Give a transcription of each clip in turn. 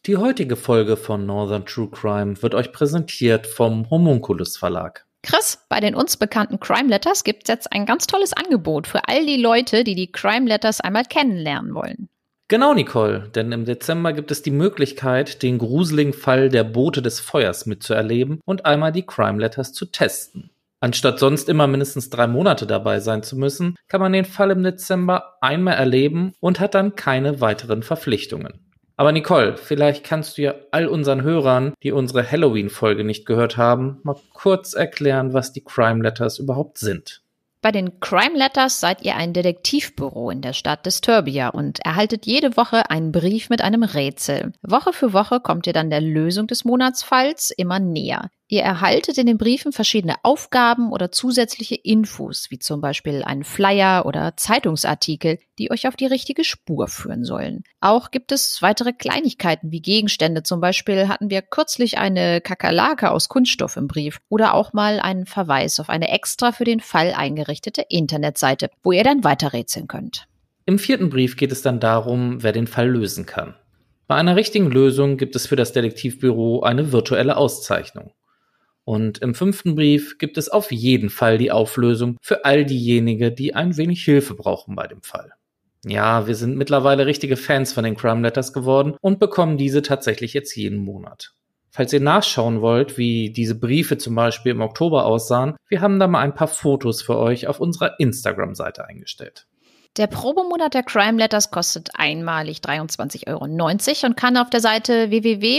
Die heutige Folge von Northern True Crime wird euch präsentiert vom Homunculus Verlag. Chris, bei den uns bekannten Crime Letters gibt es jetzt ein ganz tolles Angebot für all die Leute, die die Crime Letters einmal kennenlernen wollen. Genau, Nicole, denn im Dezember gibt es die Möglichkeit, den gruseligen Fall der Boote des Feuers mitzuerleben und einmal die Crime Letters zu testen. Anstatt sonst immer mindestens 3 Monate dabei sein zu müssen, kann man den Fall im Dezember einmal erleben und hat dann keine weiteren Verpflichtungen. Aber Nicole, vielleicht kannst du ja all unseren Hörern, die unsere Halloween-Folge nicht gehört haben, mal kurz erklären, was die Crime Letters überhaupt sind. Bei den Crime Letters seid ihr ein Detektivbüro in der Stadt Disturbia und erhaltet jede Woche einen Brief mit einem Rätsel. Woche für Woche kommt ihr dann der Lösung des Monatsfalls immer näher. Ihr erhaltet in den Briefen verschiedene Aufgaben oder zusätzliche Infos, wie zum Beispiel einen Flyer oder Zeitungsartikel, die euch auf die richtige Spur führen sollen. Auch gibt es weitere Kleinigkeiten wie Gegenstände. Zum Beispiel hatten wir kürzlich eine Kakerlake aus Kunststoff im Brief oder auch mal einen Verweis auf eine extra für den Fall eingerichtete Internetseite, wo ihr dann weiterrätseln könnt. Im 4. Brief geht es dann darum, wer den Fall lösen kann. Bei einer richtigen Lösung gibt es für das Detektivbüro eine virtuelle Auszeichnung. Und im 5. Brief gibt es auf jeden Fall die Auflösung für all diejenigen, die ein wenig Hilfe brauchen bei dem Fall. Ja, wir sind mittlerweile richtige Fans von den Crime Letters geworden und bekommen diese tatsächlich jetzt jeden Monat. Falls ihr nachschauen wollt, wie diese Briefe zum Beispiel im Oktober aussahen, wir haben da mal ein paar Fotos für euch auf unserer Instagram-Seite eingestellt. Der Probemonat der Crime Letters kostet einmalig 23,90 € und kann auf der Seite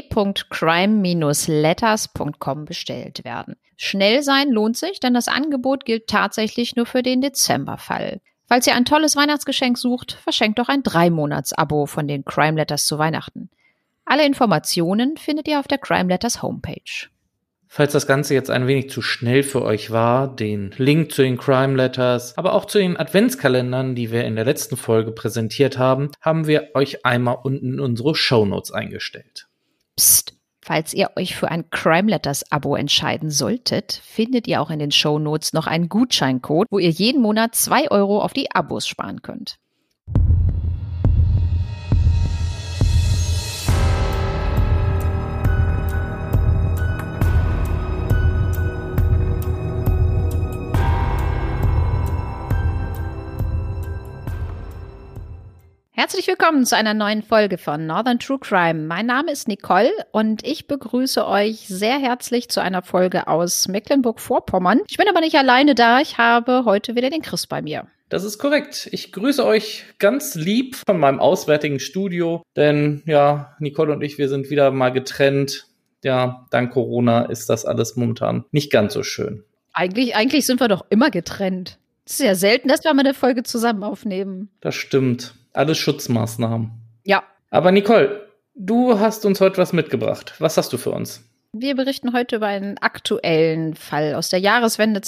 www.crime-letters.com bestellt werden. Schnell sein lohnt sich, denn das Angebot gilt tatsächlich nur für den Dezemberfall. Falls ihr ein tolles Weihnachtsgeschenk sucht, verschenkt doch ein 3-Monats-Abo von den Crime Letters zu Weihnachten. Alle Informationen findet ihr auf der Crime Letters Homepage. Falls das Ganze jetzt ein wenig zu schnell für euch war, den Link zu den Crime Letters, aber auch zu den Adventskalendern, die wir in der letzten Folge präsentiert haben, haben wir euch einmal unten in unsere Shownotes eingestellt. Psst, falls ihr euch für ein Crime Letters Abo entscheiden solltet, findet ihr auch in den Shownotes noch einen Gutscheincode, wo ihr jeden Monat 2 € auf die Abos sparen könnt. Herzlich willkommen zu einer neuen Folge von Northern True Crime. Mein Name ist Nicole und ich begrüße euch sehr herzlich zu einer Folge aus Mecklenburg-Vorpommern. Ich bin aber nicht alleine da, ich habe heute wieder den Chris bei mir. Das ist korrekt. Ich grüße euch ganz lieb von meinem auswärtigen Studio, denn ja, Nicole und ich, wir sind wieder mal getrennt. Ja, dank Corona ist das alles momentan nicht ganz so schön. Eigentlich sind wir doch immer getrennt. Es ist ja selten, dass wir mal eine Folge zusammen aufnehmen. Das stimmt. Alles Schutzmaßnahmen. Ja. Aber Nicole, du hast uns heute was mitgebracht. Was hast du für uns? Wir berichten heute über einen aktuellen Fall aus der Jahreswende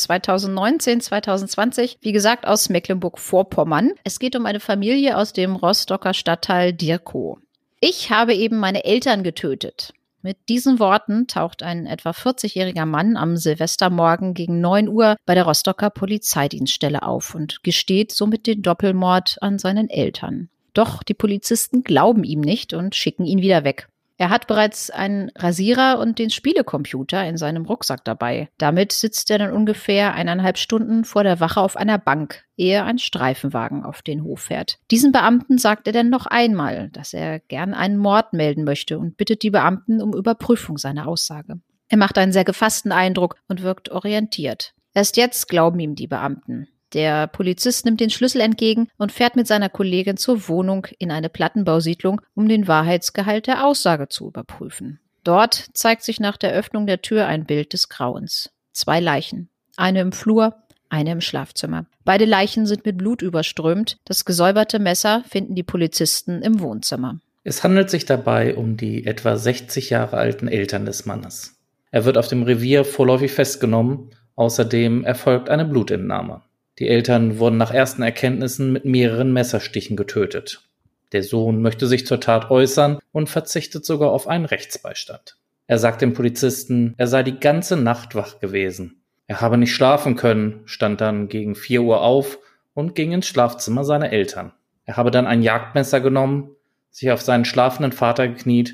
2019-2020. Wie gesagt, aus Mecklenburg-Vorpommern. Es geht um eine Familie aus dem Rostocker Stadtteil Dirkow. Ich habe eben meine Eltern getötet. Mit diesen Worten taucht ein etwa 40-jähriger Mann am Silvestermorgen gegen 9 Uhr bei der Rostocker Polizeidienststelle auf und gesteht somit den Doppelmord an seinen Eltern. Doch die Polizisten glauben ihm nicht und schicken ihn wieder weg. Er hat bereits einen Rasierer und den Spielecomputer in seinem Rucksack dabei. Damit sitzt er dann ungefähr 1,5 Stunden vor der Wache auf einer Bank, ehe ein Streifenwagen auf den Hof fährt. Diesen Beamten sagt er dann noch einmal, dass er gern einen Mord melden möchte und bittet die Beamten um Überprüfung seiner Aussage. Er macht einen sehr gefassten Eindruck und wirkt orientiert. Erst jetzt glauben ihm die Beamten. Der Polizist nimmt den Schlüssel entgegen und fährt mit seiner Kollegin zur Wohnung in eine Plattenbausiedlung, um den Wahrheitsgehalt der Aussage zu überprüfen. Dort zeigt sich nach der Öffnung der Tür ein Bild des Grauens. 2 Leichen. Eine im Flur, eine im Schlafzimmer. Beide Leichen sind mit Blut überströmt. Das gesäuberte Messer finden die Polizisten im Wohnzimmer. Es handelt sich dabei um die etwa 60 Jahre alten Eltern des Mannes. Er wird auf dem Revier vorläufig festgenommen. Außerdem erfolgt eine Blutentnahme. Die Eltern wurden nach ersten Erkenntnissen mit mehreren Messerstichen getötet. Der Sohn möchte sich zur Tat äußern und verzichtet sogar auf einen Rechtsbeistand. Er sagt dem Polizisten, er sei die ganze Nacht wach gewesen. Er habe nicht schlafen können, stand dann gegen 4 Uhr auf und ging ins Schlafzimmer seiner Eltern. Er habe dann ein Jagdmesser genommen, sich auf seinen schlafenden Vater gekniet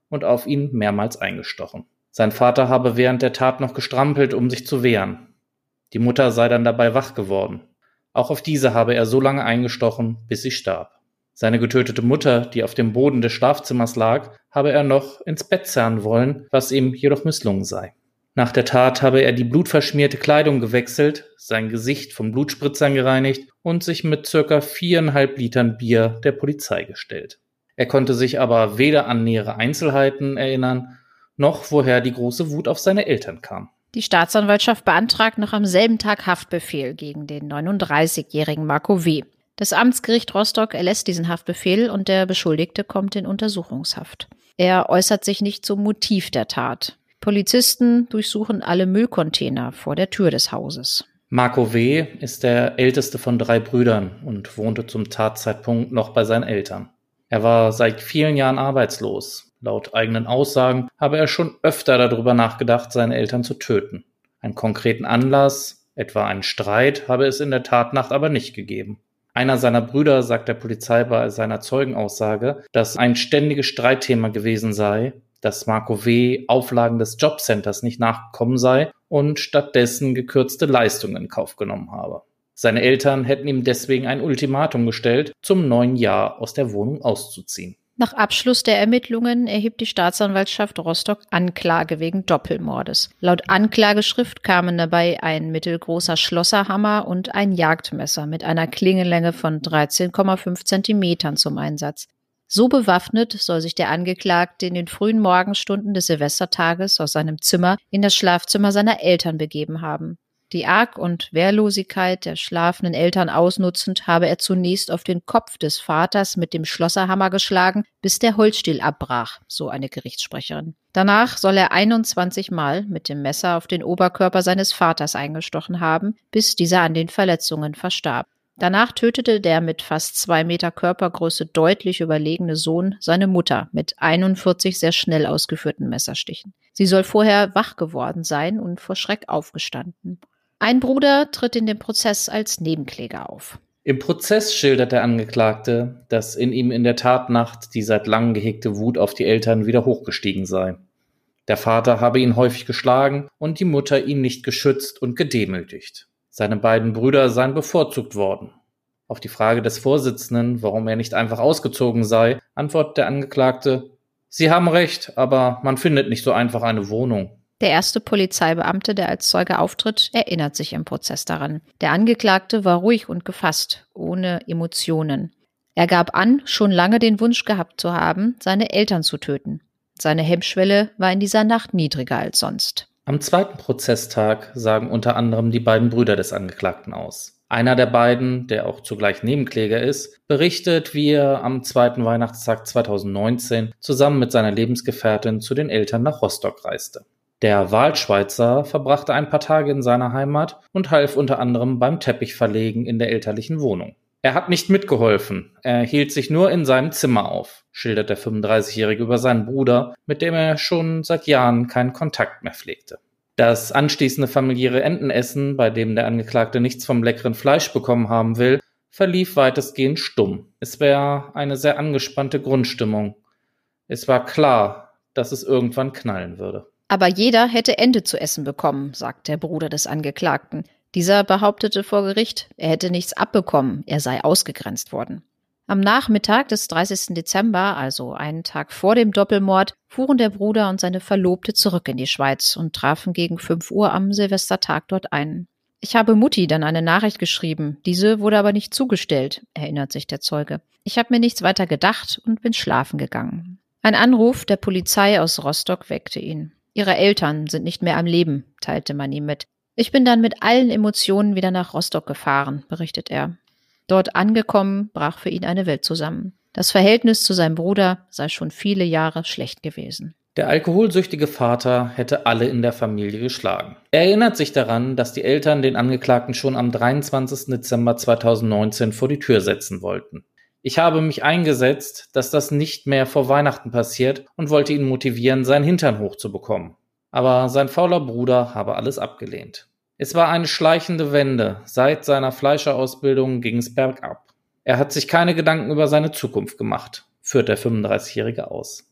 und auf ihn mehrmals eingestochen. Sein Vater habe während der Tat noch gestrampelt, um sich zu wehren. Die Mutter sei dann dabei wach geworden. Auch auf diese habe er so lange eingestochen, bis sie starb. Seine getötete Mutter, die auf dem Boden des Schlafzimmers lag, habe er noch ins Bett zerren wollen, was ihm jedoch misslungen sei. Nach der Tat habe er die blutverschmierte Kleidung gewechselt, sein Gesicht von Blutspritzern gereinigt und sich mit ca. 4,5 Litern Bier der Polizei gestellt. Er konnte sich aber weder an nähere Einzelheiten erinnern, noch woher die große Wut auf seine Eltern kam. Die Staatsanwaltschaft beantragt noch am selben Tag Haftbefehl gegen den 39-jährigen Marco W. Das Amtsgericht Rostock erlässt diesen Haftbefehl und der Beschuldigte kommt in Untersuchungshaft. Er äußert sich nicht zum Motiv der Tat. Polizisten durchsuchen alle Müllcontainer vor der Tür des Hauses. Marco W. ist der älteste von 3 Brüdern und wohnte zum Tatzeitpunkt noch bei seinen Eltern. Er war seit vielen Jahren arbeitslos. Laut eigenen Aussagen habe er schon öfter darüber nachgedacht, seine Eltern zu töten. Einen konkreten Anlass, etwa einen Streit, habe es in der Tatnacht aber nicht gegeben. Einer seiner Brüder sagt der Polizei bei seiner Zeugenaussage, dass ein ständiges Streitthema gewesen sei, dass Marco W. Auflagen des Jobcenters nicht nachgekommen sei und stattdessen gekürzte Leistungen in Kauf genommen habe. Seine Eltern hätten ihm deswegen ein Ultimatum gestellt, zum neuen Jahr aus der Wohnung auszuziehen. Nach Abschluss der Ermittlungen erhebt die Staatsanwaltschaft Rostock Anklage wegen Doppelmordes. Laut Anklageschrift kamen dabei ein mittelgroßer Schlosserhammer und ein Jagdmesser mit einer Klingenlänge von 13,5 Zentimetern zum Einsatz. So bewaffnet soll sich der Angeklagte in den frühen Morgenstunden des Silvestertages aus seinem Zimmer in das Schlafzimmer seiner Eltern begeben haben. Die Arg- und Wehrlosigkeit der schlafenden Eltern ausnutzend, habe er zunächst auf den Kopf des Vaters mit dem Schlosserhammer geschlagen, bis der Holzstiel abbrach, so eine Gerichtssprecherin. Danach soll er 21 Mal mit dem Messer auf den Oberkörper seines Vaters eingestochen haben, bis dieser an den Verletzungen verstarb. Danach tötete der mit fast 2 Meter Körpergröße deutlich überlegene Sohn seine Mutter mit 41 sehr schnell ausgeführten Messerstichen. Sie soll vorher wach geworden sein und vor Schreck aufgestanden. Ein Bruder tritt in dem Prozess als Nebenkläger auf. Im Prozess schildert der Angeklagte, dass in ihm in der Tatnacht die seit langem gehegte Wut auf die Eltern wieder hochgestiegen sei. Der Vater habe ihn häufig geschlagen und die Mutter ihn nicht geschützt und gedemütigt. Seine beiden Brüder seien bevorzugt worden. Auf die Frage des Vorsitzenden, warum er nicht einfach ausgezogen sei, antwortet der Angeklagte: Sie haben recht, aber man findet nicht so einfach eine Wohnung. Der erste Polizeibeamte, der als Zeuge auftritt, erinnert sich im Prozess daran. Der Angeklagte war ruhig und gefasst, ohne Emotionen. Er gab an, schon lange den Wunsch gehabt zu haben, seine Eltern zu töten. Seine Hemmschwelle war in dieser Nacht niedriger als sonst. Am zweiten Prozesstag sagen unter anderem die beiden Brüder des Angeklagten aus. Einer der beiden, der auch zugleich Nebenkläger ist, berichtet, wie er am zweiten Weihnachtstag 2019 zusammen mit seiner Lebensgefährtin zu den Eltern nach Rostock reiste. Der Wahlschweizer verbrachte ein paar Tage in seiner Heimat und half unter anderem beim Teppichverlegen in der elterlichen Wohnung. Er hat nicht mitgeholfen, er hielt sich nur in seinem Zimmer auf, schildert der 35-Jährige über seinen Bruder, mit dem er schon seit Jahren keinen Kontakt mehr pflegte. Das anschließende familiäre Entenessen, bei dem der Angeklagte nichts vom leckeren Fleisch bekommen haben will, verlief weitestgehend stumm. Es war eine sehr angespannte Grundstimmung. Es war klar, dass es irgendwann knallen würde. Aber jeder hätte Ente zu essen bekommen, sagt der Bruder des Angeklagten. Dieser behauptete vor Gericht, er hätte nichts abbekommen, er sei ausgegrenzt worden. Am Nachmittag des 30. Dezember, also einen Tag vor dem Doppelmord, fuhren der Bruder und seine Verlobte zurück in die Schweiz und trafen gegen 5 Uhr am Silvestertag dort ein. Ich habe Mutti dann eine Nachricht geschrieben, diese wurde aber nicht zugestellt, erinnert sich der Zeuge. Ich habe mir nichts weiter gedacht und bin schlafen gegangen. Ein Anruf der Polizei aus Rostock weckte ihn. Ihre Eltern sind nicht mehr am Leben, teilte man ihm mit. Ich bin dann mit allen Emotionen wieder nach Rostock gefahren, berichtet er. Dort angekommen, brach für ihn eine Welt zusammen. Das Verhältnis zu seinem Bruder sei schon viele Jahre schlecht gewesen. Der alkoholsüchtige Vater hätte alle in der Familie geschlagen. Er erinnert sich daran, dass die Eltern den Angeklagten schon am 23. Dezember 2019 vor die Tür setzen wollten. Ich habe mich eingesetzt, dass das nicht mehr vor Weihnachten passiert und wollte ihn motivieren, seinen Hintern hochzubekommen. Aber sein fauler Bruder habe alles abgelehnt. Es war eine schleichende Wende. Seit seiner Fleischerausbildung ging es bergab. Er hat sich keine Gedanken über seine Zukunft gemacht, führt der 35-Jährige aus.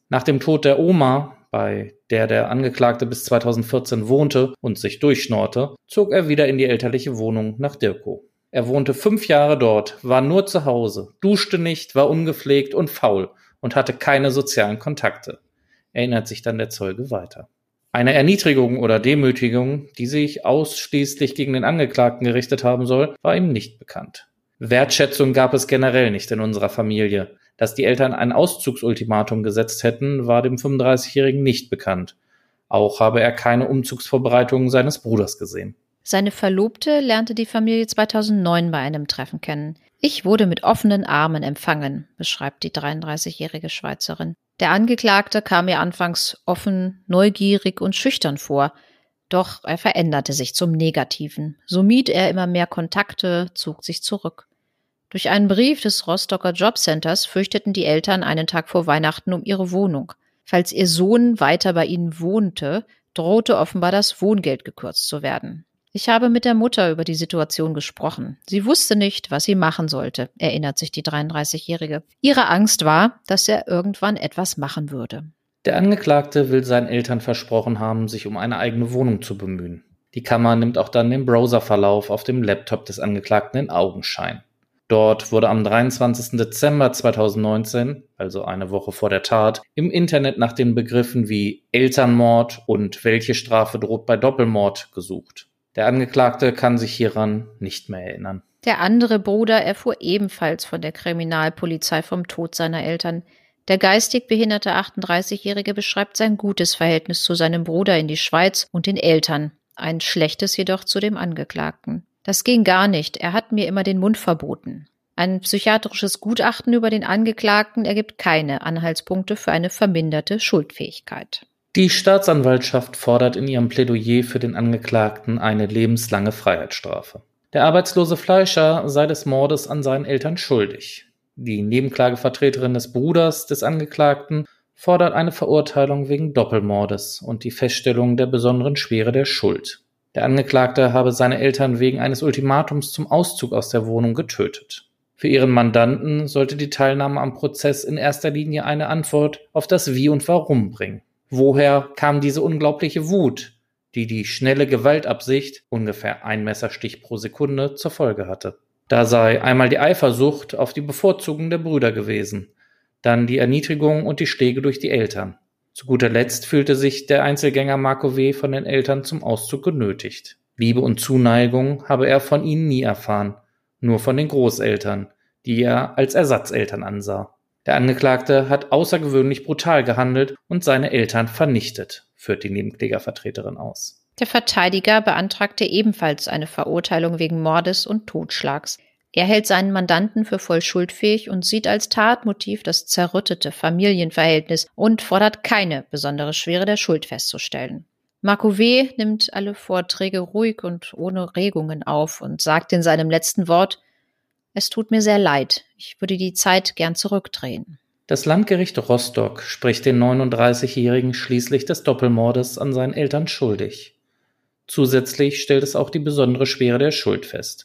Nach dem Tod der Oma, bei der Angeklagte bis 2014 wohnte und sich durchschnorte, zog er wieder in die elterliche Wohnung nach Dirkow. Er wohnte 5 Jahre dort, war nur zu Hause, duschte nicht, war ungepflegt und faul und hatte keine sozialen Kontakte, erinnert sich dann der Zeuge weiter. Eine Erniedrigung oder Demütigung, die sich ausschließlich gegen den Angeklagten gerichtet haben soll, war ihm nicht bekannt. Wertschätzung gab es generell nicht in unserer Familie. Dass die Eltern ein Auszugsultimatum gesetzt hätten, war dem 35-Jährigen nicht bekannt. Auch habe er keine Umzugsvorbereitungen seines Bruders gesehen. Seine Verlobte lernte die Familie 2009 bei einem Treffen kennen. Ich wurde mit offenen Armen empfangen, beschreibt die 33-jährige Schweizerin. Der Angeklagte kam ihr anfangs offen, neugierig und schüchtern vor. Doch er veränderte sich zum Negativen. So mied er immer mehr Kontakte, zog sich zurück. Durch einen Brief des Rostocker Jobcenters fürchteten die Eltern einen Tag vor Weihnachten um ihre Wohnung. Falls ihr Sohn weiter bei ihnen wohnte, drohte offenbar das Wohngeld gekürzt zu werden. Ich habe mit der Mutter über die Situation gesprochen. Sie wusste nicht, was sie machen sollte, erinnert sich die 33-Jährige. Ihre Angst war, dass er irgendwann etwas machen würde. Der Angeklagte will seinen Eltern versprochen haben, sich um eine eigene Wohnung zu bemühen. Die Kammer nimmt auch dann den Browserverlauf auf dem Laptop des Angeklagten in Augenschein. Dort wurde am 23. Dezember 2019, also eine Woche vor der Tat, im Internet nach den Begriffen wie Elternmord und welche Strafe droht bei Doppelmord gesucht. Der Angeklagte kann sich hieran nicht mehr erinnern. Der andere Bruder erfuhr ebenfalls von der Kriminalpolizei vom Tod seiner Eltern. Der geistig behinderte 38-Jährige beschreibt sein gutes Verhältnis zu seinem Bruder in die Schweiz und den Eltern, ein schlechtes jedoch zu dem Angeklagten. Das ging gar nicht, er hat mir immer den Mund verboten. Ein psychiatrisches Gutachten über den Angeklagten ergibt keine Anhaltspunkte für eine verminderte Schuldfähigkeit. Die Staatsanwaltschaft fordert in ihrem Plädoyer für den Angeklagten eine lebenslange Freiheitsstrafe. Der arbeitslose Fleischer sei des Mordes an seinen Eltern schuldig. Die Nebenklagevertreterin des Bruders des Angeklagten fordert eine Verurteilung wegen Doppelmordes und die Feststellung der besonderen Schwere der Schuld. Der Angeklagte habe seine Eltern wegen eines Ultimatums zum Auszug aus der Wohnung getötet. Für ihren Mandanten sollte die Teilnahme am Prozess in erster Linie eine Antwort auf das Wie und Warum bringen. Woher kam diese unglaubliche Wut, die die schnelle Gewaltabsicht, ungefähr ein Messerstich pro Sekunde, zur Folge hatte? Da sei einmal die Eifersucht auf die Bevorzugung der Brüder gewesen, dann die Erniedrigung und die Schläge durch die Eltern. Zu guter Letzt fühlte sich der Einzelgänger Marco W. von den Eltern zum Auszug genötigt. Liebe und Zuneigung habe er von ihnen nie erfahren, nur von den Großeltern, die er als Ersatzeltern ansah. Der Angeklagte hat außergewöhnlich brutal gehandelt und seine Eltern vernichtet, führt die Nebenklägervertreterin aus. Der Verteidiger beantragte ebenfalls eine Verurteilung wegen Mordes und Totschlags. Er hält seinen Mandanten für voll schuldfähig und sieht als Tatmotiv das zerrüttete Familienverhältnis und fordert keine besondere Schwere der Schuld festzustellen. Marco W. nimmt alle Vorträge ruhig und ohne Regungen auf und sagt in seinem letzten Wort: Es tut mir sehr leid, ich würde die Zeit gern zurückdrehen. Das Landgericht Rostock spricht den 39-Jährigen schließlich des Doppelmordes an seinen Eltern schuldig. Zusätzlich stellt es auch die besondere Schwere der Schuld fest.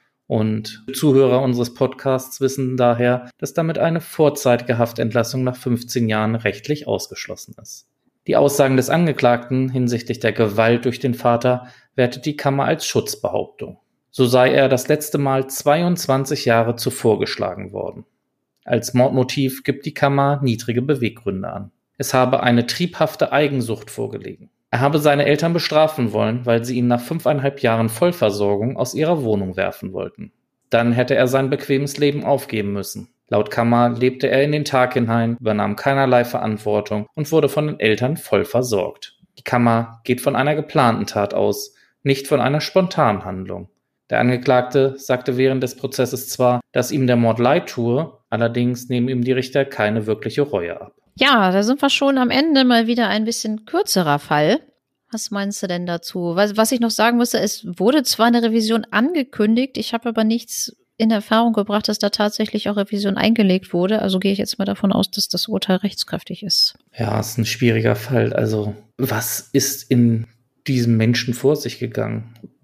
Und Zuhörer unseres Podcasts wissen daher, dass damit eine vorzeitige Haftentlassung nach 15 Jahren rechtlich ausgeschlossen ist. Die Aussagen des Angeklagten hinsichtlich der Gewalt durch den Vater wertet die Kammer als Schutzbehauptung. So sei er das letzte Mal 22 Jahre zuvor geschlagen worden. Als Mordmotiv gibt die Kammer niedrige Beweggründe an. Es habe eine triebhafte Eigensucht vorgelegen. Er habe seine Eltern bestrafen wollen, weil sie ihn nach 5,5 Jahren Vollversorgung aus ihrer Wohnung werfen wollten. Dann hätte er sein bequemes Leben aufgeben müssen. Laut Kammer lebte er in den Tag hinein, übernahm keinerlei Verantwortung und wurde von den Eltern voll versorgt. Die Kammer geht von einer geplanten Tat aus, nicht von einer spontanen Handlung. Der Angeklagte sagte während des Prozesses zwar, dass ihm der Mord leid tue, allerdings nehmen ihm die Richter keine wirkliche Reue ab. Ja, da sind wir schon am Ende, mal wieder ein bisschen kürzerer Fall. Was meinst du denn dazu? Was ich noch sagen musste, es wurde zwar eine Revision angekündigt, ich habe aber nichts in Erfahrung gebracht, dass da tatsächlich auch Revision eingelegt wurde. Also gehe ich jetzt mal davon aus, dass das Urteil rechtskräftig ist. Ja, ist ein schwieriger Fall. Also, was ist in diesem Menschen vor sich gegangen?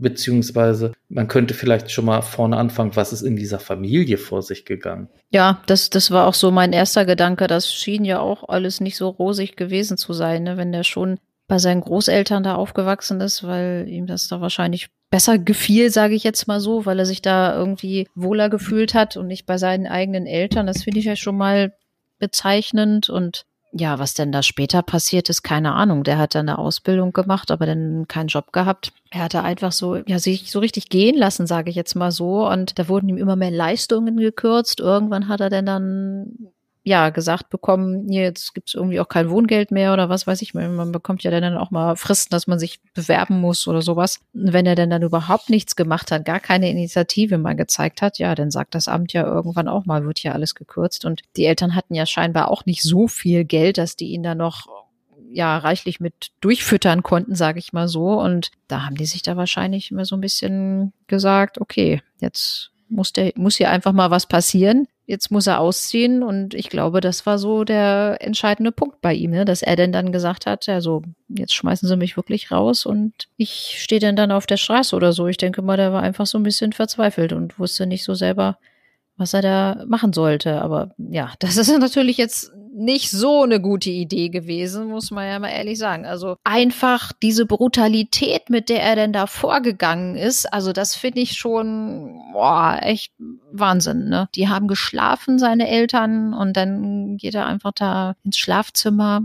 beziehungsweise man könnte vielleicht schon mal vorne anfangen, was ist in dieser Familie vor sich gegangen? Ja, das war auch so mein erster Gedanke. Das schien ja auch alles nicht so rosig gewesen zu sein, ne? Wenn der schon bei seinen Großeltern da aufgewachsen ist, weil ihm das da wahrscheinlich besser gefiel, sage ich jetzt mal so, weil er sich da irgendwie wohler gefühlt hat und nicht bei seinen eigenen Eltern. Das finde ich ja schon mal bezeichnend. Und ja, was denn da später passiert ist, keine Ahnung. Der hat dann eine Ausbildung gemacht, aber dann keinen Job gehabt. Er hatte einfach so, ja, sich so richtig gehen lassen, sage ich jetzt mal so. Und da wurden ihm immer mehr Leistungen gekürzt. Irgendwann hat er denn dann ja gesagt bekommen, hier, jetzt gibt's irgendwie auch kein Wohngeld mehr oder was weiß ich. Man bekommt ja dann auch mal Fristen, dass man sich bewerben muss oder sowas. Und wenn er denn dann überhaupt nichts gemacht hat, gar keine Initiative mal gezeigt hat, ja, dann sagt das Amt ja irgendwann auch mal, wird ja alles gekürzt. Und die Eltern hatten ja scheinbar auch nicht so viel Geld, dass die ihn da noch ja reichlich mit durchfüttern konnten, sage ich mal so. Und da haben die sich da wahrscheinlich immer so ein bisschen gesagt, okay, jetzt muss hier einfach mal was passieren. Jetzt muss er ausziehen und ich glaube, das war so der entscheidende Punkt bei ihm, ne? Dass er denn dann gesagt hat, also jetzt schmeißen sie mich wirklich raus und ich stehe denn dann auf der Straße oder so. Ich denke mal, der war einfach so ein bisschen verzweifelt und wusste nicht so selber, was er da machen sollte. Aber ja, das ist natürlich jetzt nicht so eine gute Idee gewesen, muss man ja mal ehrlich sagen. Also einfach diese Brutalität, mit der er denn da vorgegangen ist, also das finde ich schon echt Wahnsinn, ne? Die haben geschlafen, seine Eltern, und dann geht er einfach da ins Schlafzimmer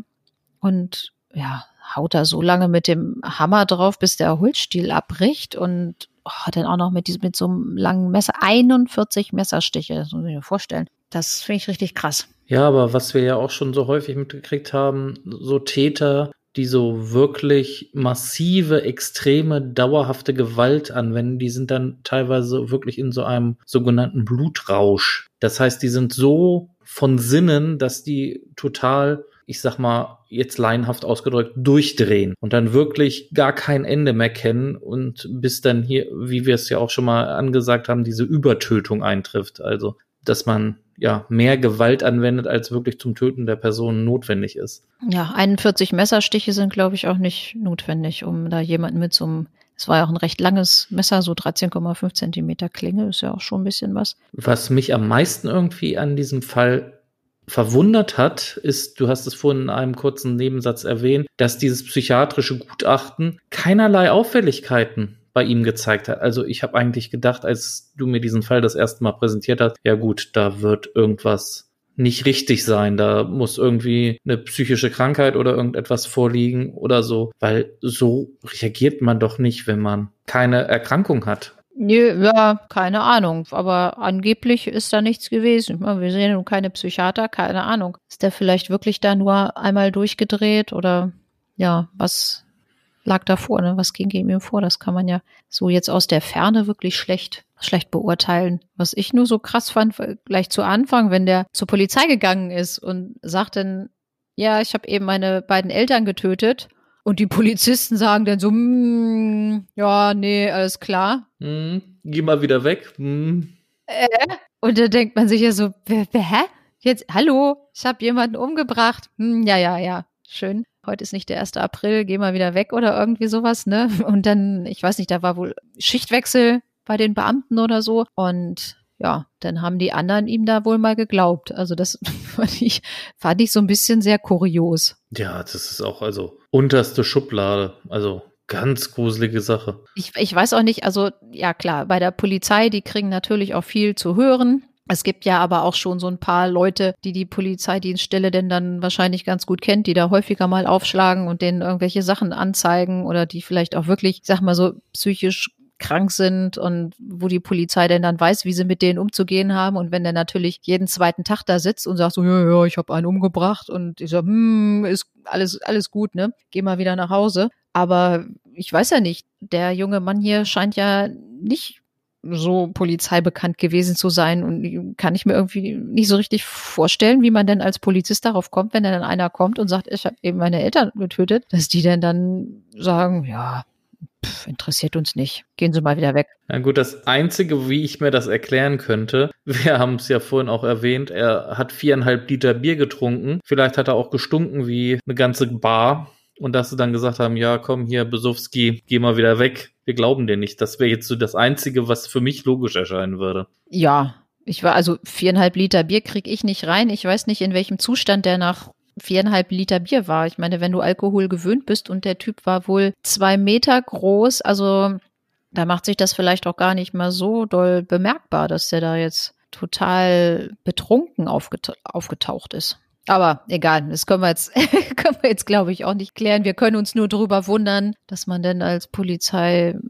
und ja, haut da so lange mit dem Hammer drauf, bis der Holzstiel abbricht und dann auch noch mit so einem langen Messer, 41 Messerstiche, das muss ich mir vorstellen. Das finde ich richtig krass. Ja, aber was wir ja auch schon so häufig mitgekriegt haben, so Täter, die so wirklich massive, extreme, dauerhafte Gewalt anwenden, die sind dann teilweise wirklich in so einem sogenannten Blutrausch. Das heißt, die sind so von Sinnen, dass die total, ich sag mal, jetzt laienhaft ausgedrückt, durchdrehen und dann wirklich gar kein Ende mehr kennen und bis dann hier, wie wir es ja auch schon mal angesagt haben, diese Übertötung eintrifft. Also, dass man ja mehr Gewalt anwendet, als wirklich zum Töten der Person notwendig ist. Ja, 41 Messerstiche sind, glaube ich, auch nicht notwendig, um da jemanden mit so einem, es war ja auch ein recht langes Messer, so 13,5 Zentimeter Klinge, ist ja auch schon ein bisschen was. Was mich am meisten irgendwie an diesem Fall verwundert hat, ist, du hast es vorhin in einem kurzen Nebensatz erwähnt, dass dieses psychiatrische Gutachten keinerlei Auffälligkeiten bei ihm gezeigt hat. Also ich habe eigentlich gedacht, als du mir diesen Fall das erste Mal präsentiert hast, ja gut, da wird irgendwas nicht richtig sein, da muss irgendwie eine psychische Krankheit oder irgendetwas vorliegen oder so, weil so reagiert man doch nicht, wenn man keine Erkrankung hat. Nö, ja, keine Ahnung, aber angeblich ist da nichts gewesen. Wir sehen nun keine Psychiater, keine Ahnung. Ist der vielleicht wirklich da nur einmal durchgedreht oder ja, was lag da vor, ne? Was ging ihm vor? Das kann man ja so jetzt aus der Ferne wirklich schlecht beurteilen. Was ich nur so krass fand, gleich zu Anfang, wenn der zur Polizei gegangen ist und sagt dann, ja, ich habe eben meine beiden Eltern getötet. Und die Polizisten sagen dann so, ja, nee, alles klar. Geh mal wieder weg. Und da denkt man sich ja so, hä? Jetzt, hallo, ich habe jemanden umgebracht. Ja, schön. Heute ist nicht der 1. April, geh mal wieder weg oder irgendwie sowas, ne? Und dann, ich weiß nicht, da war wohl Schichtwechsel bei den Beamten oder so. Und ja, dann haben die anderen ihm da wohl mal geglaubt. Also das fand ich so ein bisschen sehr kurios. Ja, das ist auch also unterste Schublade. Also ganz gruselige Sache. Ich weiß auch nicht, also ja klar, bei der Polizei, die kriegen natürlich auch viel zu hören. Es gibt ja aber auch schon so ein paar Leute, die Polizeidienststelle denn dann wahrscheinlich ganz gut kennt, die da häufiger mal aufschlagen und denen irgendwelche Sachen anzeigen oder die vielleicht auch wirklich, ich sag mal so, psychisch krank sind und wo die Polizei denn dann weiß, wie sie mit denen umzugehen haben. Und wenn der natürlich jeden zweiten Tag da sitzt und sagt so, ja, ich habe einen umgebracht und ich so, ist alles gut, ne? Geh mal wieder nach Hause. Aber ich weiß ja nicht, der junge Mann hier scheint ja nicht so polizeibekannt gewesen zu sein und kann ich mir irgendwie nicht so richtig vorstellen, wie man denn als Polizist darauf kommt, wenn dann einer kommt und sagt, ich habe eben meine Eltern getötet, dass die dann sagen, ja, interessiert uns nicht. Gehen Sie mal wieder weg. Na gut, das Einzige, wie ich mir das erklären könnte, wir haben es ja vorhin auch erwähnt, er hat 4,5 Liter Bier getrunken. Vielleicht hat er auch gestunken wie eine ganze Bar und dass sie dann gesagt haben, ja, komm hier, Besowski, geh mal wieder weg. Wir glauben dir nicht. Das wäre jetzt so das Einzige, was für mich logisch erscheinen würde. Ja, also 4,5 Liter Bier kriege ich nicht rein. Ich weiß nicht, in welchem Zustand der nach 4,5 Liter Bier war. Ich meine, wenn du Alkohol gewöhnt bist und der Typ war wohl 2 Meter groß, also da macht sich das vielleicht auch gar nicht mal so doll bemerkbar, dass der da jetzt total betrunken aufgetaucht ist. Aber egal, das können wir jetzt, glaube ich, auch nicht klären. Wir können uns nur darüber wundern, dass man denn als Polizei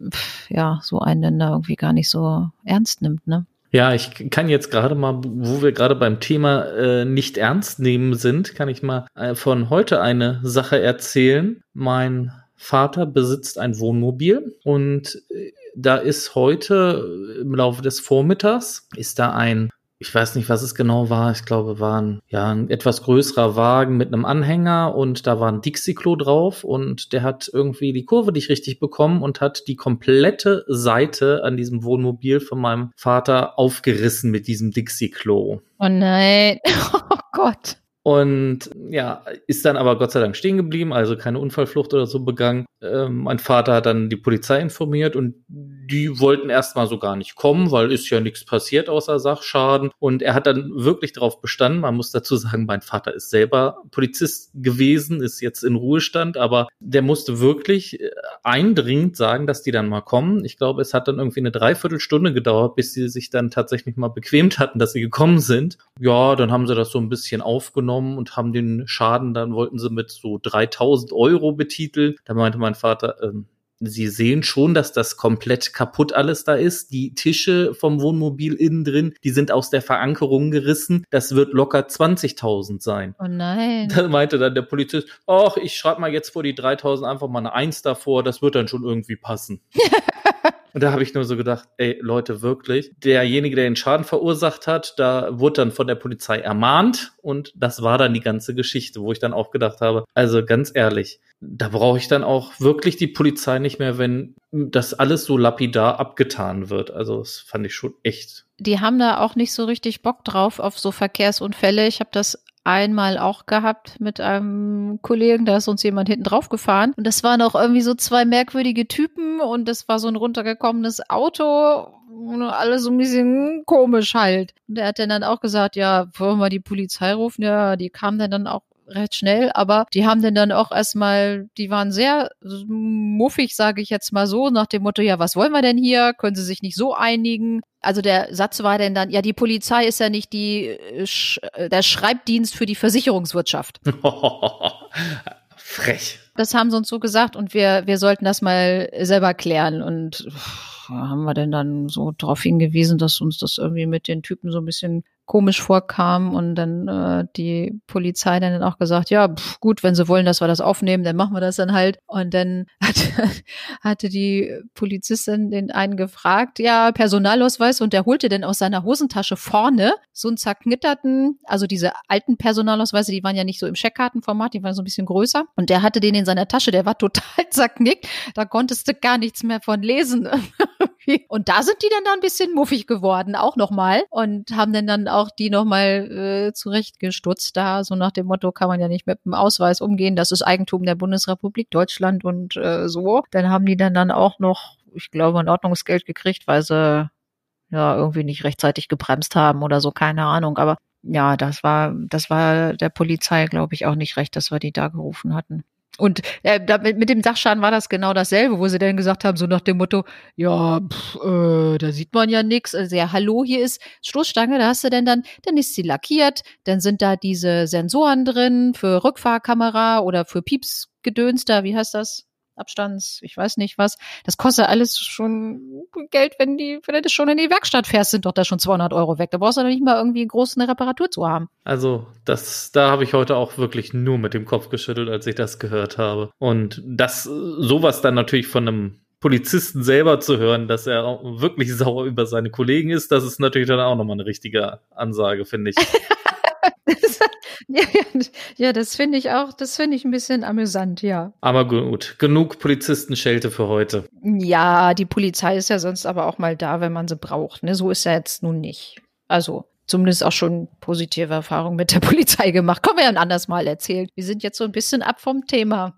so einen da irgendwie gar nicht so ernst nimmt, ne? Ja, ich kann jetzt gerade mal, wo wir gerade beim Thema nicht ernst nehmen sind, kann ich mal von heute eine Sache erzählen. Mein Vater besitzt ein Wohnmobil und da ist heute im Laufe des Vormittags ist da ich weiß nicht, was es genau war. Ich glaube, war ein etwas größerer Wagen mit einem Anhänger und da war ein Dixie-Klo drauf und der hat irgendwie die Kurve nicht richtig bekommen und hat die komplette Seite an diesem Wohnmobil von meinem Vater aufgerissen mit diesem Dixie-Klo. Oh nein, oh Gott. Und ja, ist dann aber Gott sei Dank stehen geblieben, also keine Unfallflucht oder so begangen. Mein Vater hat dann die Polizei informiert und die wollten erstmal so gar nicht kommen, weil ist ja nichts passiert außer Sachschaden. Und er hat dann wirklich darauf bestanden, man muss dazu sagen, mein Vater ist selber Polizist gewesen, ist jetzt in Ruhestand, aber der musste wirklich eindringend sagen, dass die dann mal kommen. Ich glaube, es hat dann irgendwie eine Dreiviertelstunde gedauert, bis sie sich dann tatsächlich mal bequemt hatten, dass sie gekommen sind. Ja, dann haben sie das so ein bisschen aufgenommen und haben den Schaden, dann wollten sie mit so 3.000 Euro betiteln. Da meinte mein Vater, Sie sehen schon, dass das komplett kaputt alles da ist. Die Tische vom Wohnmobil innen drin, die sind aus der Verankerung gerissen. Das wird locker 20.000 sein. Oh nein. Da meinte dann der Polizist, ach, ich schreibe mal jetzt vor die 3.000 einfach mal eine 1 davor. Das wird dann schon irgendwie passen. Und da habe ich nur so gedacht, ey, Leute, wirklich, derjenige, der den Schaden verursacht hat, da wurde dann von der Polizei ermahnt und das war dann die ganze Geschichte, wo ich dann auch gedacht habe, also ganz ehrlich, da brauche ich dann auch wirklich die Polizei nicht mehr, wenn das alles so lapidar abgetan wird. Also das fand ich schon echt. Die haben da auch nicht so richtig Bock drauf auf so Verkehrsunfälle. Ich habe das einmal auch gehabt mit einem Kollegen, da ist uns jemand hinten drauf gefahren und das waren auch irgendwie so 2 merkwürdige Typen und das war so ein runtergekommenes Auto und alles so ein bisschen komisch halt. Und der hat dann auch gesagt, ja, wollen wir die Polizei rufen? Ja, die kamen dann auch recht schnell, aber die haben dann auch erstmal, die waren sehr muffig, sage ich jetzt mal so, nach dem Motto, ja, was wollen wir denn hier? Können sie sich nicht so einigen? Also der Satz war denn dann, ja, die Polizei ist ja nicht der Schreibdienst für die Versicherungswirtschaft. Frech. Das haben sie uns so gesagt und wir sollten das mal selber klären und haben wir denn dann so darauf hingewiesen, dass uns das irgendwie mit den Typen so ein bisschen komisch vorkam und dann die Polizei dann auch gesagt, ja, gut, wenn sie wollen, dass wir das aufnehmen, dann machen wir das dann halt. Und dann hatte die Polizistin den einen gefragt, ja, Personalausweis, und der holte dann aus seiner Hosentasche vorne so einen zerknitterten, also diese alten Personalausweise, die waren ja nicht so im Scheckkartenformat, die waren so ein bisschen größer und der hatte den in seiner Tasche, der war total zerknickt, da konntest du gar nichts mehr von lesen. Und da sind die dann da ein bisschen muffig geworden, auch nochmal, und haben dann auch die nochmal zurechtgestutzt da, so nach dem Motto, kann man ja nicht mit dem Ausweis umgehen, das ist Eigentum der Bundesrepublik Deutschland und so. Dann haben die dann auch noch, ich glaube, ein Ordnungsgeld gekriegt, weil sie ja irgendwie nicht rechtzeitig gebremst haben oder so, keine Ahnung, aber ja, das war der Polizei, glaube ich, auch nicht recht, dass wir die da gerufen hatten. Und mit dem Sachschaden war das genau dasselbe, wo sie dann gesagt haben, so nach dem Motto, ja, da sieht man ja nichts. Also ja, hallo, hier ist Stoßstange, da hast du dann ist sie lackiert, dann sind da diese Sensoren drin für Rückfahrkamera oder für Piepsgedöns da, wie heißt das? Abstands, ich weiß nicht was. Das kostet alles schon Geld, wenn du das schon in die Werkstatt fährst, sind doch da schon 200 Euro weg. Da brauchst du doch nicht mal irgendwie groß eine Reparatur zu haben. Also da habe ich heute auch wirklich nur mit dem Kopf geschüttelt, als ich das gehört habe. Und sowas dann natürlich von einem Polizisten selber zu hören, dass er auch wirklich sauer über seine Kollegen ist, das ist natürlich dann auch nochmal eine richtige Ansage, finde ich. Ja, das finde ich ein bisschen amüsant, ja. Aber gut, genug Polizistenschelte für heute. Ja, die Polizei ist ja sonst aber auch mal da, wenn man sie braucht, ne? So ist ja jetzt nun nicht. Also, zumindest auch schon positive Erfahrungen mit der Polizei gemacht. Können wir ja ein anderes Mal erzählen. Wir sind jetzt so ein bisschen ab vom Thema.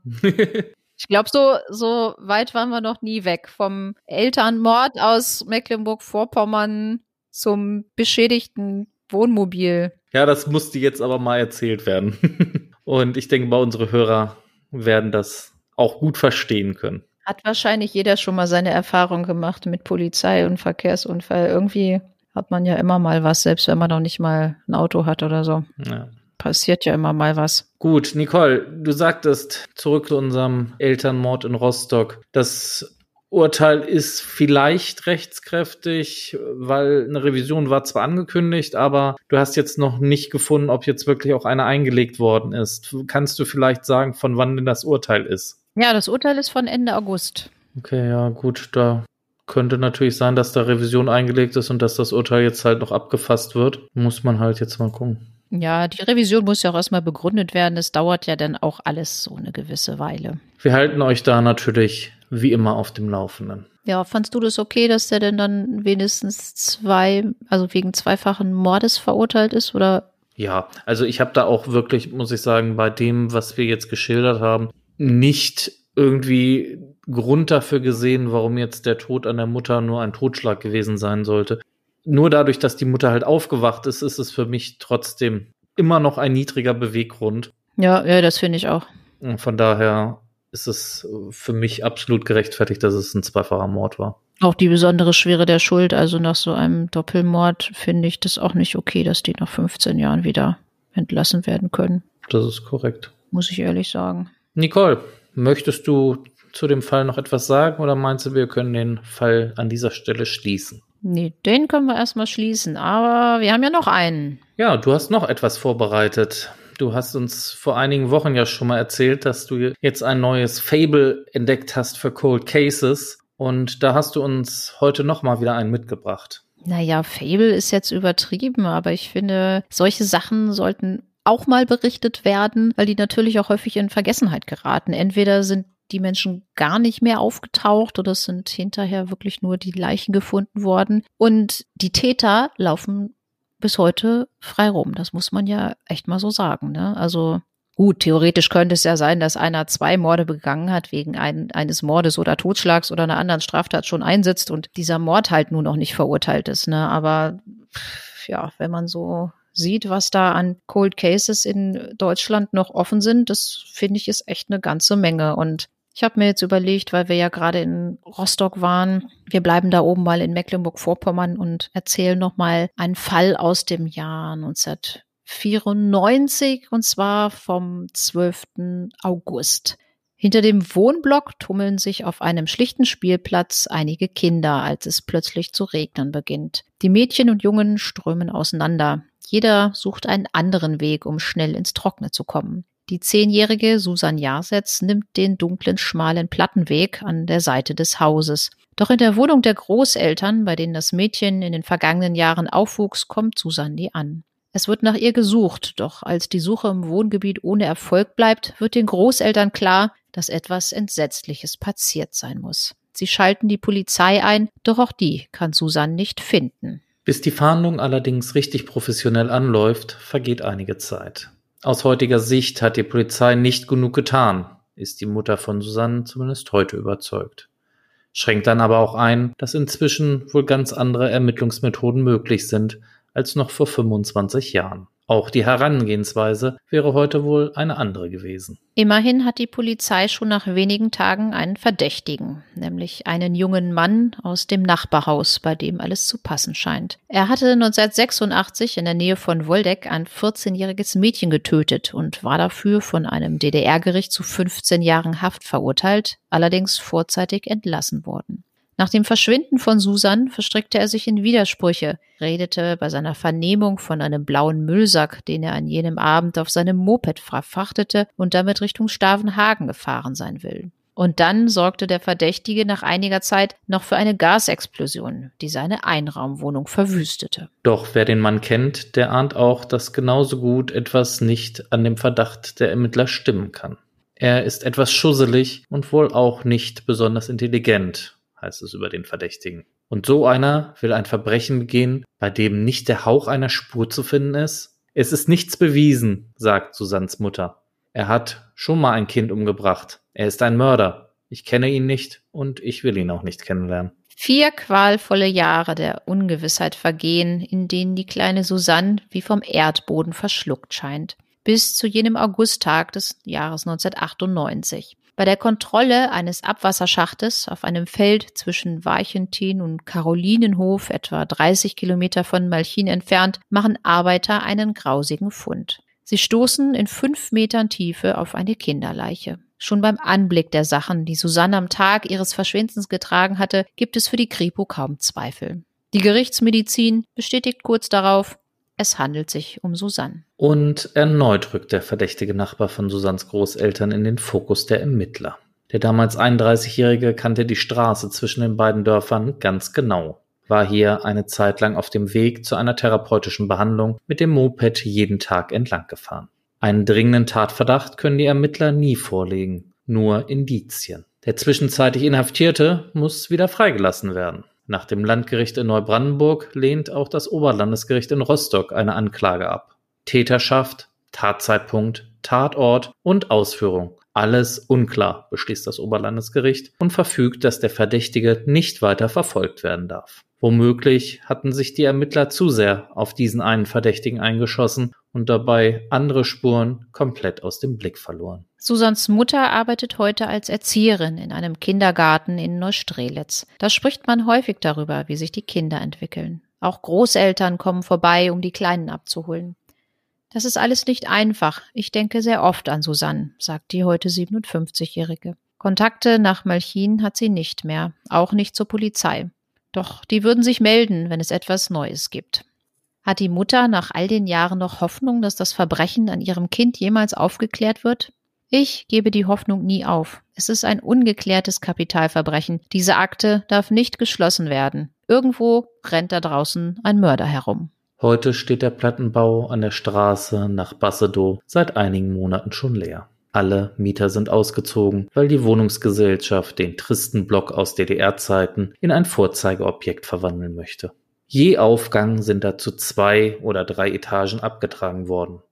Ich glaube, so weit waren wir noch nie weg. Vom Elternmord aus Mecklenburg-Vorpommern zum beschädigten Wohnmobil. Ja, das musste jetzt aber mal erzählt werden. Und ich denke mal, unsere Hörer werden das auch gut verstehen können. Hat wahrscheinlich jeder schon mal seine Erfahrung gemacht mit Polizei und Verkehrsunfall. Irgendwie hat man ja immer mal was, selbst wenn man noch nicht mal ein Auto hat oder so. Ja. Passiert ja immer mal was. Gut, Nicole, du sagtest, zurück zu unserem Elternmord in Rostock. Das Urteil ist vielleicht rechtskräftig, weil eine Revision war zwar angekündigt, aber du hast jetzt noch nicht gefunden, ob jetzt wirklich auch eine eingelegt worden ist. Kannst du vielleicht sagen, von wann denn das Urteil ist? Ja, das Urteil ist von Ende August. Okay, ja gut, da könnte natürlich sein, dass da Revision eingelegt ist und dass das Urteil jetzt halt noch abgefasst wird. Muss man halt jetzt mal gucken. Ja, die Revision muss ja auch erstmal begründet werden. Es dauert ja dann auch alles so eine gewisse Weile. Wir halten euch da natürlich wie immer auf dem Laufenden. Ja, fandst du das okay, dass der denn dann wenigstens wegen zweifachen Mordes verurteilt ist, oder? Ja, also ich habe da auch wirklich, muss ich sagen, bei dem, was wir jetzt geschildert haben, nicht irgendwie Grund dafür gesehen, warum jetzt der Tod an der Mutter nur ein Totschlag gewesen sein sollte. Nur dadurch, dass die Mutter halt aufgewacht ist, ist es für mich trotzdem immer noch ein niedriger Beweggrund. Ja, das finde ich auch. Und von daher ist es für mich absolut gerechtfertigt, dass es ein zweifacher Mord war. Auch die besondere Schwere der Schuld, also nach so einem Doppelmord finde ich das auch nicht okay, dass die nach 15 Jahren wieder entlassen werden können. Das ist korrekt. Muss ich ehrlich sagen. Nicole, möchtest du zu dem Fall noch etwas sagen oder meinst du, wir können den Fall an dieser Stelle schließen? Nee, den können wir erstmal schließen, aber wir haben ja noch einen. Ja, du hast noch etwas vorbereitet. Du hast uns vor einigen Wochen ja schon mal erzählt, dass du jetzt ein neues Fable entdeckt hast für Cold Cases. Und da hast du uns heute noch mal wieder einen mitgebracht. Naja, Fable ist jetzt übertrieben, aber ich finde, solche Sachen sollten auch mal berichtet werden, weil die natürlich auch häufig in Vergessenheit geraten. Entweder sind die Menschen gar nicht mehr aufgetaucht oder es sind hinterher wirklich nur die Leichen gefunden worden. Und die Täter laufen bis heute frei rum. Das muss man ja echt mal so sagen, ne? Also gut, theoretisch könnte es ja sein, dass einer 2 Morde begangen hat, wegen eines Mordes oder Totschlags oder einer anderen Straftat schon einsitzt und dieser Mord halt nun noch nicht verurteilt ist, ne? Aber ja, wenn man so sieht, was da an Cold Cases in Deutschland noch offen sind, das finde ich ist echt eine ganze Menge. Und ich habe mir jetzt überlegt, weil wir ja gerade in Rostock waren, wir bleiben da oben mal in Mecklenburg-Vorpommern und erzählen nochmal einen Fall aus dem Jahr 1994 und zwar vom 12. August. Hinter dem Wohnblock tummeln sich auf einem schlichten Spielplatz einige Kinder, als es plötzlich zu regnen beginnt. Die Mädchen und Jungen strömen auseinander. Jeder sucht einen anderen Weg, um schnell ins Trockene zu kommen. Die 10-jährige Susan Jarsetz nimmt den dunklen, schmalen Plattenweg an der Seite des Hauses. Doch in der Wohnung der Großeltern, bei denen das Mädchen in den vergangenen Jahren aufwuchs, kommt Susan nie an. Es wird nach ihr gesucht, doch als die Suche im Wohngebiet ohne Erfolg bleibt, wird den Großeltern klar, dass etwas Entsetzliches passiert sein muss. Sie schalten die Polizei ein, doch auch die kann Susan nicht finden. Bis die Fahndung allerdings richtig professionell anläuft, vergeht einige Zeit. Aus heutiger Sicht hat die Polizei nicht genug getan, ist die Mutter von Susanne zumindest heute überzeugt. Schränkt dann aber auch ein, dass inzwischen wohl ganz andere Ermittlungsmethoden möglich sind als noch vor 25 Jahren. Auch die Herangehensweise wäre heute wohl eine andere gewesen. Immerhin hat die Polizei schon nach wenigen Tagen einen Verdächtigen, nämlich einen jungen Mann aus dem Nachbarhaus, bei dem alles zu passen scheint. Er hatte 1986 in der Nähe von Woldeck ein 14-jähriges Mädchen getötet und war dafür von einem DDR-Gericht zu 15 Jahren Haft verurteilt, allerdings vorzeitig entlassen worden. Nach dem Verschwinden von Susan verstrickte er sich in Widersprüche, redete bei seiner Vernehmung von einem blauen Müllsack, den er an jenem Abend auf seinem Moped verfrachtete und damit Richtung Stavenhagen gefahren sein will. Und dann sorgte der Verdächtige nach einiger Zeit noch für eine Gasexplosion, die seine Einraumwohnung verwüstete. Doch wer den Mann kennt, der ahnt auch, dass genauso gut etwas nicht an dem Verdacht der Ermittler stimmen kann. Er ist etwas schusselig und wohl auch nicht besonders intelligent, heißt es über den Verdächtigen. Und so einer will ein Verbrechen begehen, bei dem nicht der Hauch einer Spur zu finden ist? Es ist nichts bewiesen, sagt Susannes Mutter. Er hat schon mal ein Kind umgebracht. Er ist ein Mörder. Ich kenne ihn nicht und ich will ihn auch nicht kennenlernen. 4 qualvolle Jahre der Ungewissheit vergehen, in denen die kleine Susanne wie vom Erdboden verschluckt scheint. Bis zu jenem Augusttag des Jahres 1998. Bei der Kontrolle eines Abwasserschachtes auf einem Feld zwischen Warchentin und Karolinenhof, etwa 30 Kilometer von Malchin entfernt, machen Arbeiter einen grausigen Fund. Sie stoßen in 5 Metern Tiefe auf eine Kinderleiche. Schon beim Anblick der Sachen, die Susanne am Tag ihres Verschwindens getragen hatte, gibt es für die Kripo kaum Zweifel. Die Gerichtsmedizin bestätigt kurz darauf, es handelt sich um Susanne. Und erneut rückt der verdächtige Nachbar von Susannes Großeltern in den Fokus der Ermittler. Der damals 31-Jährige kannte die Straße zwischen den beiden Dörfern ganz genau, war hier eine Zeit lang auf dem Weg zu einer therapeutischen Behandlung mit dem Moped jeden Tag entlang gefahren. Einen dringenden Tatverdacht können die Ermittler nie vorlegen, nur Indizien. Der zwischenzeitlich Inhaftierte muss wieder freigelassen werden. Nach dem Landgericht in Neubrandenburg lehnt auch das Oberlandesgericht in Rostock eine Anklage ab. Täterschaft, Tatzeitpunkt, Tatort und Ausführung. Alles unklar, beschließt das Oberlandesgericht und verfügt, dass der Verdächtige nicht weiter verfolgt werden darf. Womöglich hatten sich die Ermittler zu sehr auf diesen einen Verdächtigen eingeschossen und dabei andere Spuren komplett aus dem Blick verloren. Susannes Mutter arbeitet heute als Erzieherin in einem Kindergarten in Neustrelitz. Da spricht man häufig darüber, wie sich die Kinder entwickeln. Auch Großeltern kommen vorbei, um die Kleinen abzuholen. Das ist alles nicht einfach. Ich denke sehr oft an Susanne, sagt die heute 57-Jährige. Kontakte nach Malchin hat sie nicht mehr, auch nicht zur Polizei. Doch die würden sich melden, wenn es etwas Neues gibt. Hat die Mutter nach all den Jahren noch Hoffnung, dass das Verbrechen an ihrem Kind jemals aufgeklärt wird? Ich gebe die Hoffnung nie auf. Es ist ein ungeklärtes Kapitalverbrechen. Diese Akte darf nicht geschlossen werden. Irgendwo rennt da draußen ein Mörder herum. Heute steht der Plattenbau an der Straße nach Bassedow seit einigen Monaten schon leer. Alle Mieter sind ausgezogen, weil die Wohnungsgesellschaft den tristen Block aus DDR-Zeiten in ein Vorzeigeobjekt verwandeln möchte. Je Aufgang sind dazu 2 oder 3 Etagen abgetragen worden.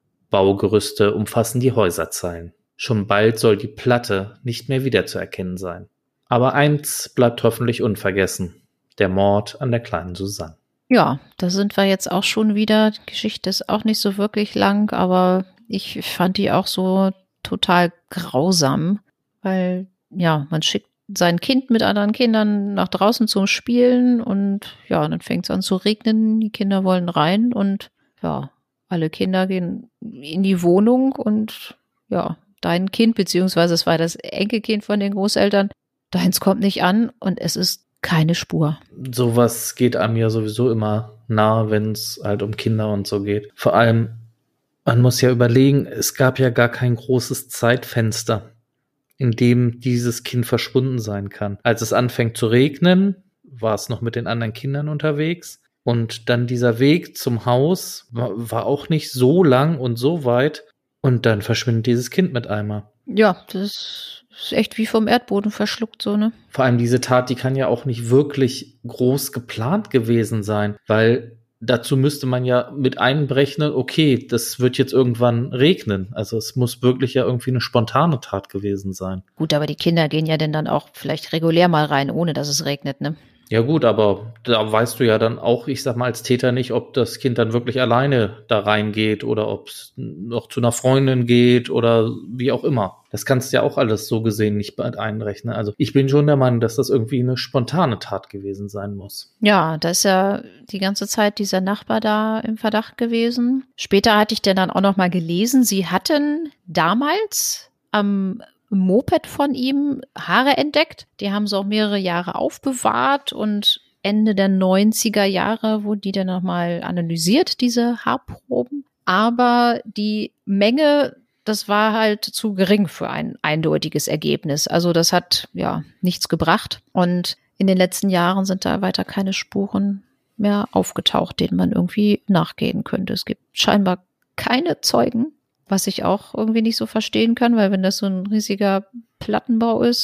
Baugerüste umfassen die Häuserzeilen. Schon bald soll die Platte nicht mehr wiederzuerkennen sein. Aber eins bleibt hoffentlich unvergessen: der Mord an der kleinen Susanne. Ja, da sind wir jetzt auch schon wieder. Die Geschichte ist auch nicht so wirklich lang, aber ich fand die auch so total grausam, weil ja, man schickt sein Kind mit anderen Kindern nach draußen zum Spielen und ja, dann fängt es an zu regnen, die Kinder wollen rein und ja, alle Kinder gehen in die Wohnung und ja, dein Kind, beziehungsweise es war das Enkelkind von den Großeltern, deins kommt nicht an und es ist keine Spur. Sowas geht einem ja sowieso immer nahe, wenn es halt um Kinder und so geht. Vor allem, man muss ja überlegen, es gab ja gar kein großes Zeitfenster, in dem dieses Kind verschwunden sein kann. Als es anfängt zu regnen, war es noch mit den anderen Kindern unterwegs. Und dann dieser Weg zum Haus war auch nicht so lang und so weit. Und dann verschwindet dieses Kind mit einmal. Ja, das ist echt wie vom Erdboden verschluckt, so, ne? Vor allem diese Tat, die kann ja auch nicht wirklich groß geplant gewesen sein, weil dazu müsste man ja mit einberechnen, okay, das wird jetzt irgendwann regnen. Also es muss wirklich ja irgendwie eine spontane Tat gewesen sein. Gut, aber die Kinder gehen ja denn dann auch vielleicht regulär mal rein, ohne dass es regnet, ne? Ja gut, aber da weißt du ja dann auch, ich sag mal als Täter nicht, ob das Kind dann wirklich alleine da reingeht oder ob es noch zu einer Freundin geht oder wie auch immer. Das kannst du ja auch alles so gesehen nicht einrechnen. Also ich bin schon der Meinung, dass das irgendwie eine spontane Tat gewesen sein muss. Ja, da ist ja die ganze Zeit dieser Nachbar da im Verdacht gewesen. Später hatte ich dann auch noch mal gelesen, sie hatten damals am Moped von ihm Haare entdeckt. Die haben sie auch mehrere Jahre aufbewahrt und Ende der 90er Jahre wurden die dann nochmal analysiert, diese Haarproben. Aber die Menge, das war halt zu gering für ein eindeutiges Ergebnis. Also das hat ja nichts gebracht. Und in den letzten Jahren sind da weiter keine Spuren mehr aufgetaucht, denen man irgendwie nachgehen könnte. Es gibt scheinbar keine Zeugen, was ich auch irgendwie nicht so verstehen kann, weil wenn das so ein riesiger Plattenbau ist,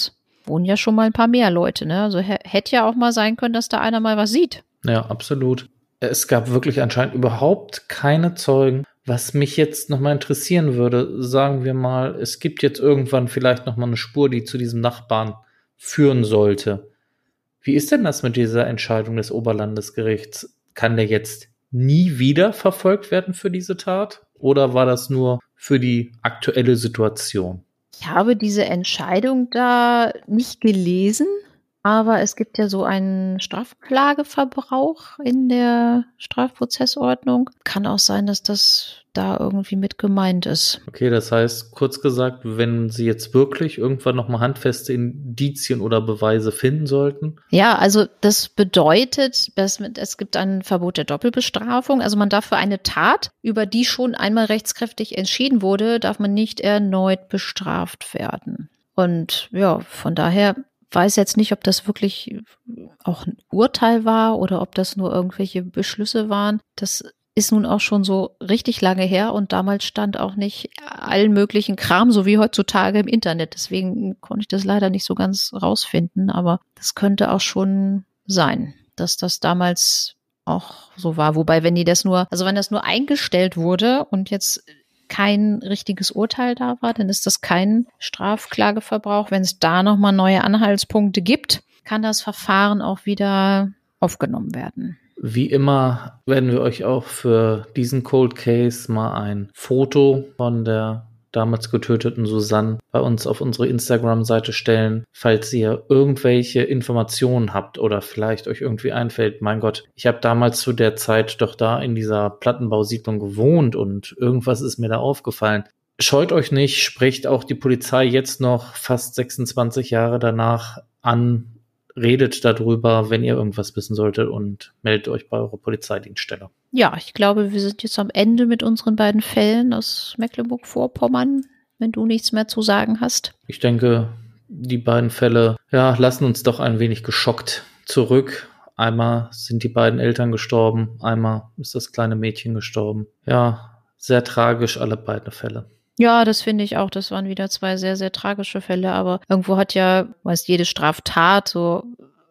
wohnen ja schon mal ein paar mehr Leute, ne? Also hätte ja auch mal sein können, dass da einer mal was sieht. Ja, absolut. Es gab wirklich anscheinend überhaupt keine Zeugen. Was mich jetzt nochmal interessieren würde, sagen wir mal, es gibt jetzt irgendwann vielleicht nochmal eine Spur, die zu diesem Nachbarn führen sollte. Wie ist denn das mit dieser Entscheidung des Oberlandesgerichts? Kann der jetzt nie wieder verfolgt werden für diese Tat? Oder war das nur für die aktuelle Situation? Ich habe diese Entscheidung da nicht gelesen, aber es gibt ja so einen Strafklageverbrauch in der Strafprozessordnung. Kann auch sein, dass das da irgendwie mit gemeint ist. Okay, das heißt, kurz gesagt, wenn Sie jetzt wirklich irgendwann nochmal handfeste Indizien oder Beweise finden sollten? Ja, also das bedeutet, es gibt ein Verbot der Doppelbestrafung. Also man darf für eine Tat, über die schon einmal rechtskräftig entschieden wurde, darf man nicht erneut bestraft werden. Und ja, von daher weiß jetzt nicht, ob das wirklich auch ein Urteil war oder ob das nur irgendwelche Beschlüsse waren. Das ist nun auch schon so richtig lange her und damals stand auch nicht allen möglichen Kram, so wie heutzutage im Internet. Deswegen konnte ich das leider nicht so ganz rausfinden, aber das könnte auch schon sein, dass das damals auch so war. Wobei, wenn das nur eingestellt wurde und jetzt kein richtiges Urteil da war, dann ist das kein Strafklageverbrauch. Wenn es da nochmal neue Anhaltspunkte gibt, kann das Verfahren auch wieder aufgenommen werden. Wie immer werden wir euch auch für diesen Cold Case mal ein Foto von der damals getöteten Susanne bei uns auf unsere Instagram-Seite stellen, falls ihr irgendwelche Informationen habt oder vielleicht euch irgendwie einfällt, mein Gott, ich habe damals zu der Zeit doch da in dieser Plattenbausiedlung gewohnt und irgendwas ist mir da aufgefallen. Scheut euch nicht, sprecht auch die Polizei jetzt noch fast 26 Jahre danach an, redet darüber, wenn ihr irgendwas wissen solltet und meldet euch bei eurer Polizeidienststelle. Ja, ich glaube, wir sind jetzt am Ende mit unseren beiden Fällen aus Mecklenburg-Vorpommern, wenn du nichts mehr zu sagen hast. Ich denke, die beiden Fälle, ja, lassen uns doch ein wenig geschockt zurück. Einmal sind die beiden Eltern gestorben, einmal ist das kleine Mädchen gestorben. Ja, sehr tragisch alle beiden Fälle. Ja, das finde ich auch. Das waren wieder zwei sehr, sehr tragische Fälle. Aber irgendwo hat ja, weiß jede Straftat so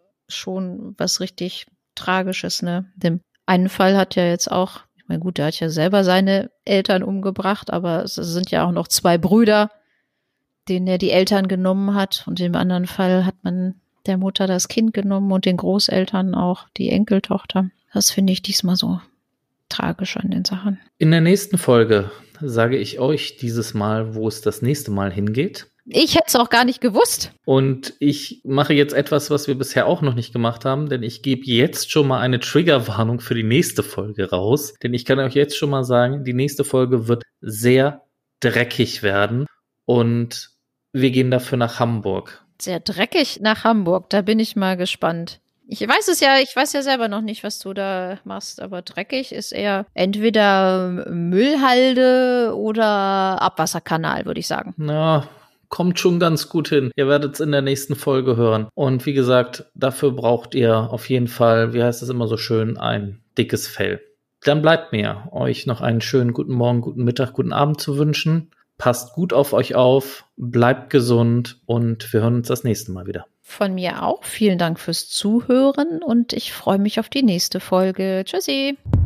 schon was richtig Tragisches, ne? Dem einen Fall hat ja jetzt auch, ich meine, gut, der hat ja selber seine Eltern umgebracht, aber es sind ja auch noch zwei Brüder, denen er die Eltern genommen hat. Und im anderen Fall hat man der Mutter das Kind genommen und den Großeltern auch die Enkeltochter. Das finde ich diesmal so tragisch an den Sachen. In der nächsten Folge sage ich euch dieses Mal, wo es das nächste Mal hingeht. Ich hätte es auch gar nicht gewusst. Und ich mache jetzt etwas, was wir bisher auch noch nicht gemacht haben, denn ich gebe jetzt schon mal eine Triggerwarnung für die nächste Folge raus. Denn ich kann euch jetzt schon mal sagen, die nächste Folge wird sehr dreckig werden und wir gehen dafür nach Hamburg. Sehr dreckig nach Hamburg, da bin ich mal gespannt. Ich weiß ja selber noch nicht, was du da machst, aber dreckig ist eher entweder Müllhalde oder Abwasserkanal, würde ich sagen. Na, kommt schon ganz gut hin. Ihr werdet es in der nächsten Folge hören. Und wie gesagt, dafür braucht ihr auf jeden Fall, wie heißt es immer so schön, ein dickes Fell. Dann bleibt mir, euch noch einen schönen guten Morgen, guten Mittag, guten Abend zu wünschen. Passt gut auf euch auf, bleibt gesund und wir hören uns das nächste Mal wieder. Von mir auch. Vielen Dank fürs Zuhören und ich freue mich auf die nächste Folge. Tschüssi.